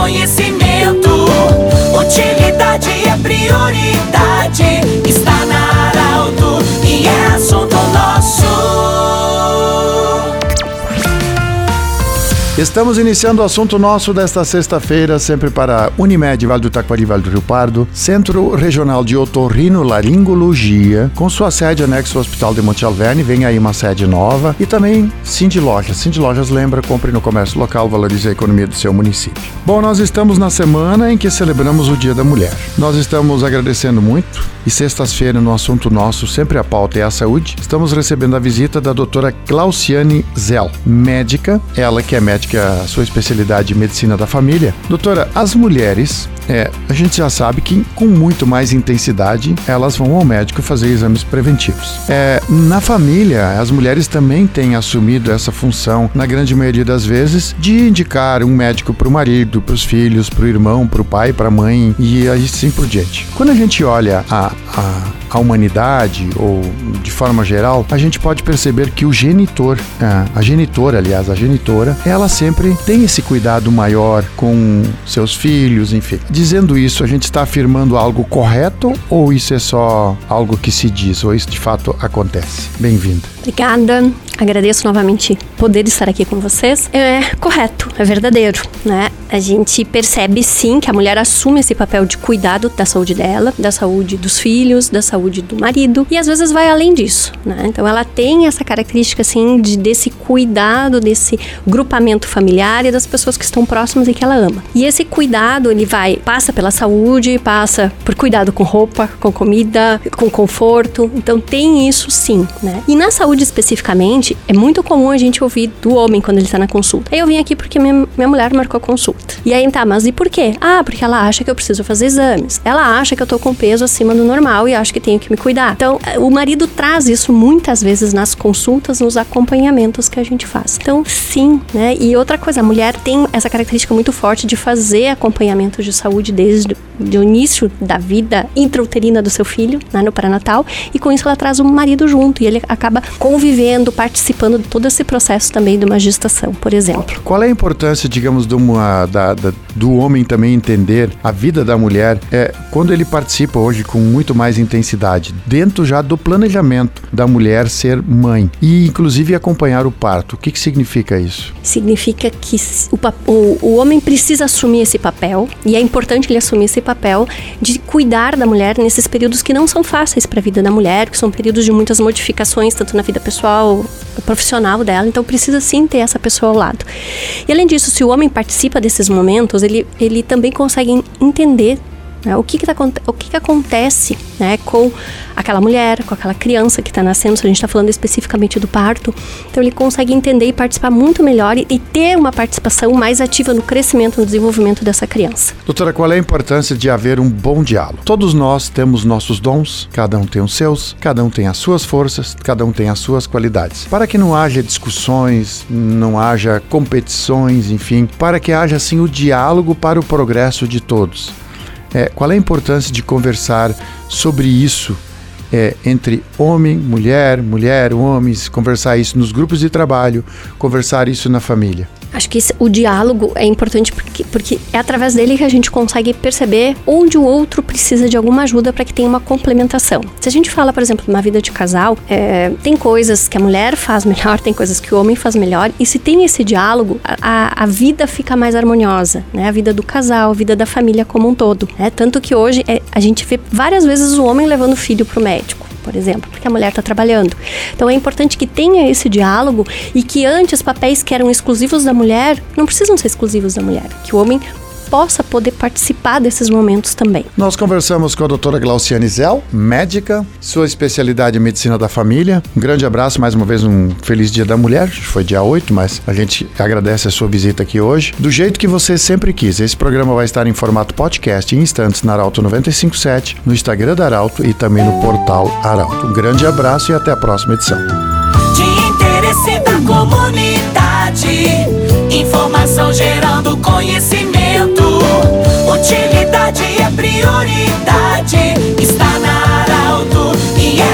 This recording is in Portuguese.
conhecimento. Utilidade é prioridade. Está na Arauto e é assunto nosso. Estamos iniciando o assunto nosso desta sexta-feira, sempre para Unimed, Vale do Taquari, Vale do Rio Pardo, Centro Regional de Otorrinolaringologia, com sua sede anexo ao Hospital de Monte Alverne. Vem aí uma sede nova. E também Cindy Lojas. Cindy Lojas lembra, compre no comércio local, valorize a economia do seu município. Bom, nós estamos na semana em que celebramos o Dia da Mulher. Nós estamos agradecendo muito e sexta-feira no assunto nosso, sempre a pauta é a saúde, estamos recebendo a visita da doutora Glauciane Zell, médica, ela que é médica, a sua especialidade em medicina da família. Doutora, as mulheres, a gente já sabe que com muito mais intensidade elas vão ao médico fazer exames preventivos. Na família, as mulheres também têm assumido essa função, na grande maioria das vezes, de indicar um médico para o marido, para os filhos, para o irmão, para o pai, para a mãe e assim por diante. Quando a gente olha a humanidade, ou de forma geral, a gente pode perceber que o genitor, a genitora, ela sempre tem esse cuidado maior com seus filhos, enfim. Dizendo isso, a gente está afirmando algo correto ou isso é só algo que se diz, ou isso de fato acontece? Bem-vinda. Obrigada, agradeço novamente poder estar aqui com vocês. É correto, é verdadeiro, né? A gente percebe sim que a mulher assume esse papel de cuidado da saúde dela, da saúde dos filhos, da saúde do marido e às vezes vai além disso, né? Então ela tem essa característica assim desse cuidado, desse grupamento familiar e das pessoas que estão próximas e que ela ama. E esse cuidado, ele passa pela saúde, passa por cuidado com roupa, com comida, com conforto. Então tem isso sim, né? E na saúde especificamente, é muito comum a gente ouvir do homem quando ele está na consulta. Aí eu vim aqui porque minha mulher marcou consulta. E aí tá, mas e por quê? Porque ela acha que eu preciso fazer exames. Ela acha que eu tô com peso acima do normal e acha que tenho que me cuidar. Então, o marido traz isso muitas vezes nas consultas, nos acompanhamentos que a gente faz. Então, sim, né? E outra coisa, a mulher tem essa característica muito forte de fazer acompanhamento de saúde desde o início da vida intrauterina do seu filho, né, no pré-natal, e com isso ela traz o marido junto e ele acaba convivendo, participando de todo esse processo também de uma gestação, por exemplo. Qual é a importância, digamos, do homem também entender a vida da mulher quando ele participa hoje com muito mais intensidade, dentro já do planejamento da mulher ser mãe e inclusive acompanhar o parto? O que significa isso? Significa que o homem precisa assumir esse papel e é importante ele assumir esse papel de cuidar da mulher nesses períodos que não são fáceis para a vida da mulher, que são períodos de muitas modificações, tanto na vida pessoal, profissional dela, então precisa sim ter essa pessoa ao lado. E além disso, se o homem participa desses momentos, ele também consegue entender, né, o que acontece, né, com aquela mulher, com aquela criança que está nascendo, se a gente está falando especificamente do parto. Então ele consegue entender e participar muito melhor e ter uma participação mais ativa no crescimento, no desenvolvimento dessa criança. Doutora, qual é a importância de haver um bom diálogo? Todos nós temos nossos dons, cada um tem os seus, cada um tem as suas forças, cada um tem as suas qualidades. Para que não haja discussões, não haja competições, enfim, para que haja assim o diálogo para o progresso de todos. Qual é a importância de conversar sobre isso entre homem, mulher, homens, conversar isso nos grupos de trabalho, conversar isso na família? Acho que o diálogo é importante porque é através dele que a gente consegue perceber onde o outro precisa de alguma ajuda para que tenha uma complementação. Se a gente fala, por exemplo, de uma vida de casal, tem coisas que a mulher faz melhor, tem coisas que o homem faz melhor, e se tem esse diálogo, a vida fica mais harmoniosa, né? A vida do casal, a vida da família como um todo, né? Tanto que hoje a gente vê várias vezes o homem levando o filho para o médico, por exemplo, porque a mulher está trabalhando. Então é importante que tenha esse diálogo e que antes papéis que eram exclusivos da mulher não precisam ser exclusivos da mulher, que o homem possa poder participar desses momentos também. Nós conversamos com a doutora Glauciane Zell, médica, sua especialidade em medicina da família. Um grande abraço, mais uma vez um feliz Dia da Mulher, foi dia 8, mas a gente agradece a sua visita aqui hoje, do jeito que você sempre quis. Esse programa vai estar em formato podcast em instantes na Arauto 95.7, no Instagram da Arauto e também no portal Arauto. Um grande abraço e até a próxima edição. De interesse da comunidade, informação gerando conhecimento. Utilidade é prioridade. Está na Arauto e é